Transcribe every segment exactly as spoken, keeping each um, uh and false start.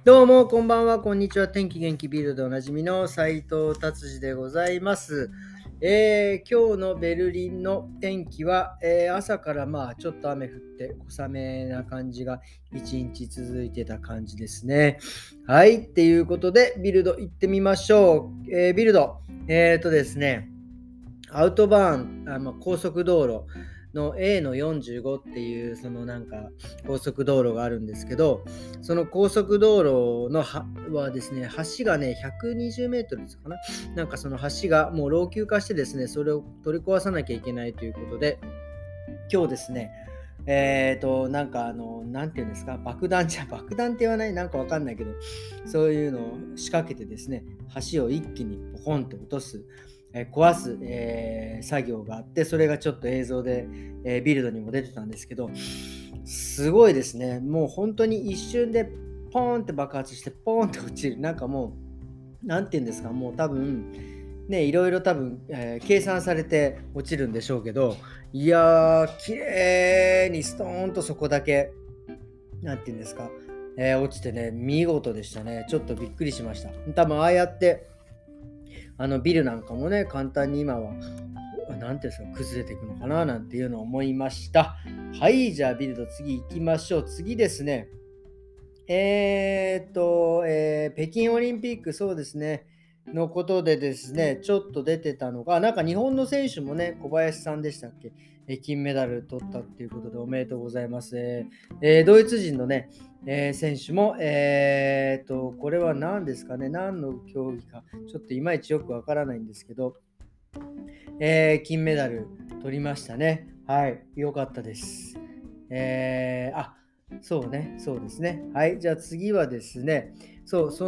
どうも、こんばんは、こんにちは。天気元気ビルドでおなじみの斉藤達治でございます。えー今日のベルリンの天気は、えー朝からまあちょっと雨降って小雨な感じが一日続いてた感じですね。はい、っていうことでビルド行ってみましょう。えービルド、えーとですね、アウトバーン、あまあ、高速道路の エー のよんじゅうごっていうそのなんか高速道路があるんですけど、その高速道路のははですね、橋がね、ひゃくにじゅうメートルですかな。なんかその橋がもう老朽化してですね、それを取り壊さなきゃいけないということで、今日ですね、えーと、なんかあの、なんていうんですか、爆弾じゃ、爆弾って言わない、なんかわかんないけど、そういうのを仕掛けてですね、橋を一気にポコンと落とす、えー壊す、えー作業があって、それがちょっと映像で、えービルドにも出てたんですけど、すごいですね。もう本当に一瞬でポーンって爆発して、ポーンって落ちる。なんかもう、なんて言うんですか、もう多分、ね、いろいろ多分、えー計算されて落ちるんでしょうけど、いやー、綺麗にストーンとそこだけ、なんて言うんですか、えー落ちてね、見事でしたね。ちょっとびっくりしました。多分、ああやって、あのビルなんかもね、簡単に今は、なんていうんですか、崩れていくのかななんていうのを思いました。はい、じゃあビルド次行きましょう。次ですね。えーっと、えー北京オリンピック、そうですね、のことでですね、ちょっと出てたのが、なんか日本の選手もね、小林さんでしたっけ、え金メダル取ったっていうことでおめでとうございます。えーえードイツ人のね、えー選手も、えーっと、これは何ですかね、何の競技か、ちょっといまいちよくわからないんですけど、えー金メダル取りましたね。はい、よかったです。えー、あ、そうね、そうですね。はい、じゃあ次はですね、そう、そ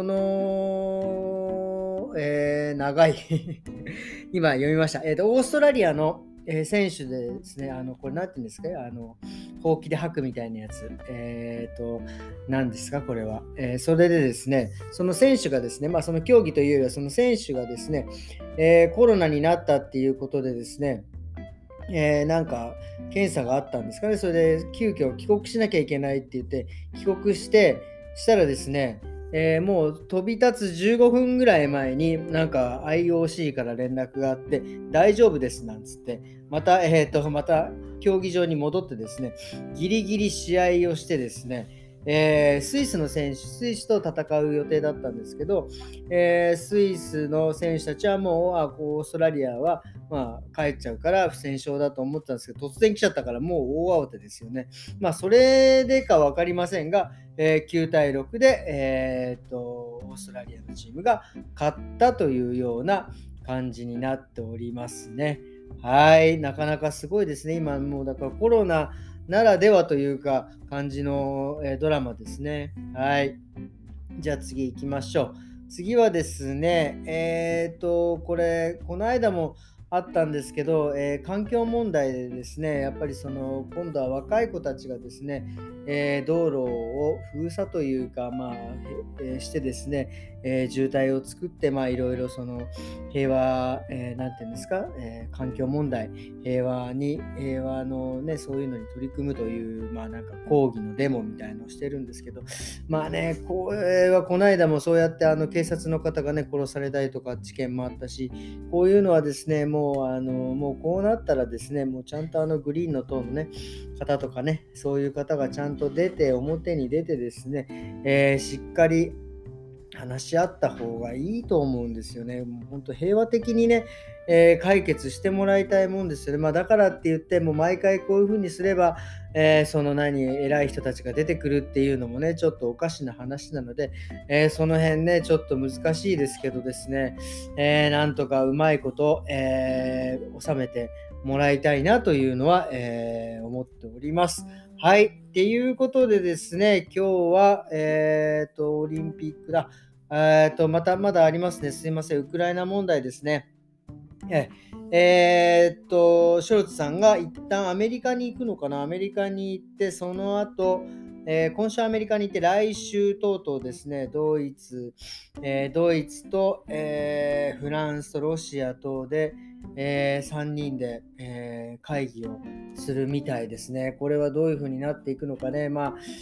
の、えー長い今読みました。えーと、オーストラリアの、えー選手でですね、あの、これなんて言うんですか、あの、ほうきで吐くみたいなやつ。えーと、何ですか、これは。えーそれでですね、その選手がですね、まあその競技というよりは、その選手がですね、えーコロナになったっていうことでですね、えーなんか検査があったんですかね、それで急遽帰国しなきゃいけないって言って、帰国して、したらですね、えーもう飛び立つじゅうごふんぐらい前に、なんか アイオーシー から連絡があって、大丈夫ですなんつって、また、えーと、また競技場に戻ってですね、ギリギリ試合をしてですね、えースイスの選手、スイスと戦う予定だったんですけど、えースイスの選手たちはもう、あオーストラリアはまあ、帰っちゃうから不戦勝だと思ったんですけど、突然来ちゃったからもう大慌てですよね。まあ、それでか分かりませんが、えーきゅうたいろくで、えーっと、オーストラリアのチームが勝ったというような感じになっておりますね。はい、なかなかすごいですね。今もうだからコロナならではというか感じの、えードラマですね。はい。じゃあ次行きましょう。次はですね、えっと、これ、この間もあったんですけど、えー環境問題でですね、やっぱりその、今度は若い子たちがですね、えー道路を封鎖というか、まあ、へえーしてですね、えー渋滞を作って、まあ、いろいろその、平和、えーなんていうんですか、えー環境問題、平和に、平和のね、そういうのに取り組むという、まあなんか抗議のデモみたいのをしてるんですけど、まあね、これはこの間もそうやってあの警察の方がね、殺されたりとか事件もあったし、こういうのはですね、もうあの、もうこうなったらですね、もうちゃんとあのグリーンの党のね、方とかね、そういう方がちゃんと出て、表に出てですね、えーしっかり話し合った方がいいと思うんですよね。もう本当平和的にね、えー解決してもらいたいもんですよね。まあ、だからって言っても毎回こういう風にすれば、えーその何、偉い人たちが出てくるっていうのもね、ちょっとおかしな話なので、えーその辺ね、ちょっと難しいですけどですね、えーなんとかうまいこと、えー収めてもらいたいなというのは、えー思っております。はい。っていうことでですね、今日は、えーと、オリンピックだ。えーと、またまだありますね。すいません。ウクライナ問題ですね。ええーっと、ショルツさんが一旦アメリカに行くのかな、アメリカに行って、その後、えー今週アメリカに行って、来週とうとうですね、ドイツ、えードイツと、えーフランスとロシアとで、えさんにんで、えー会議をするみたいですね。これはどういう風になっていくのかね。まあ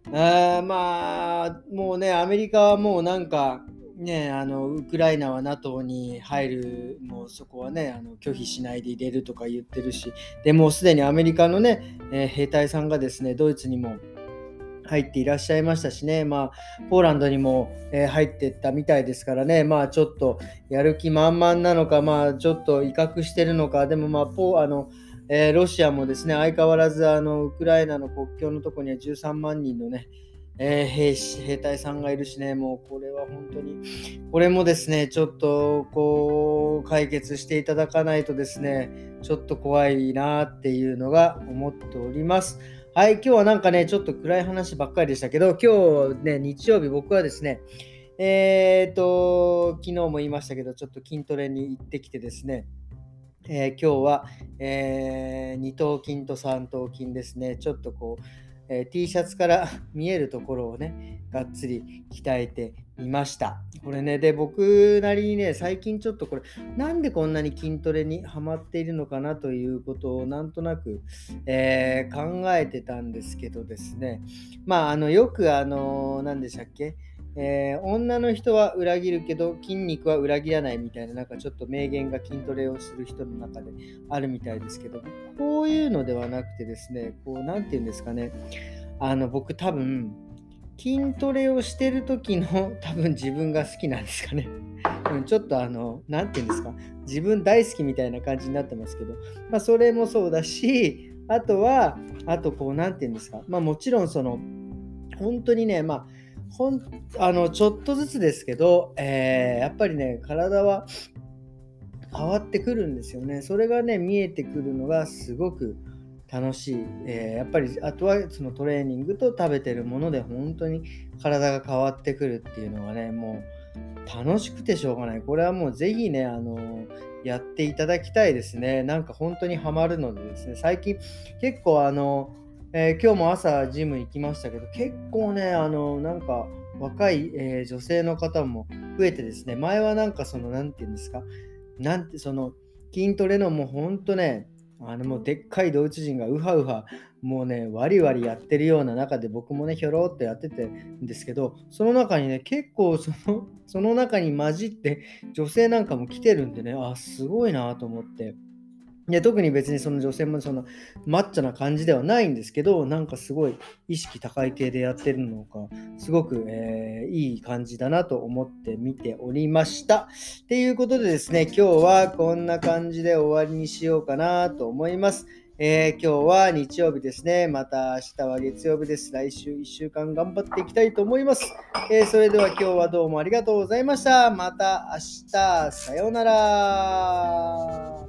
あーまあ、もうね、アメリカはもうなんか、ね、あのウクライナは NATO に入る、もうそこはね、あの拒否しないで入れるとか言ってるし、でもうすでにアメリカのね、えー兵隊さんがですね、ドイツにも入っていらっしゃいましたしね、まあ、ポーランドにも、えー入っていったみたいですからね、まあ、ちょっとやる気満々なのか、まあ、ちょっと威嚇してるのか、でも、まあ、ポーあのえーロシアもですね、相変わらずあのウクライナの国境のところにはじゅうさんまん人のね、えー兵士、兵隊さんがいるしね、もうこれは本当に、これもですね、ちょっとこう解決していただかないとですね、ちょっと怖いなっていうのが思っております。はい、今日はなんかね、ちょっと暗い話ばっかりでしたけど、今日ね、日曜日、僕はですね、えーと、昨日も言いましたけど、ちょっと筋トレに行ってきてですね、えー今日は、えー、に頭筋とさん頭筋ですね。ちょっとこう、えー T シャツから見えるところをね、がっつり鍛えてみました。これね、で、僕なりにね、最近ちょっとこれ、なんでこんなに筋トレにハマっているのかなということをなんとなく、えー考えてたんですけどですね、まあ、あの、よくあの、何でしたっけえー女の人は裏切るけど筋肉は裏切らないみたいな、なんかちょっと名言が筋トレをする人の中であるみたいですけど、こういうのではなくてですね、こう、なんていうんですかね、あの、僕多分、筋トレをしてる時の多分自分が好きなんですかね。うん、ちょっとあの、なんていうんですか、自分大好きみたいな感じになってますけど、まあ、それもそうだし、あとは、あとこう、なんていうんですか、まあもちろんその、本当にね、まあ、ほんあのちょっとずつですけど、えーやっぱりね、体は変わってくるんですよね。それがね、見えてくるのがすごく楽しい。えーやっぱり、あとはそのトレーニングと食べてるもので本当に体が変わってくるっていうのがね、もう楽しくてしょうがない。これはもうぜひね、あのやっていただきたいですね。なんか本当にハマるのでですね、最近結構あの、えー今日も朝ジム行きましたけど、結構ね、あの、なんか若い、えー女性の方も増えてですね、前はなんかその、なんていうんですか、なんて、その、筋トレのもうほんとね、あのもうでっかいドイツ人がウハウハ、もうね、ワリワリやってるような中で僕もね、ひょろっとやっててんですけど、その中にね、結構その、その中に混じって女性なんかも来てるんでね、あ、すごいなと思って。いや、特に別にその女性もそのマッチョな感じではないんですけど、なんかすごい意識高い系でやってるのか、すごく、えーいい感じだなと思って見ておりました。っていうことでですね、今日はこんな感じで終わりにしようかなと思います。えー今日は日曜日ですね。また明日は月曜日です。来週いっしゅうかん頑張っていきたいと思います。えーそれでは今日はどうもありがとうございました。また明日、さようなら。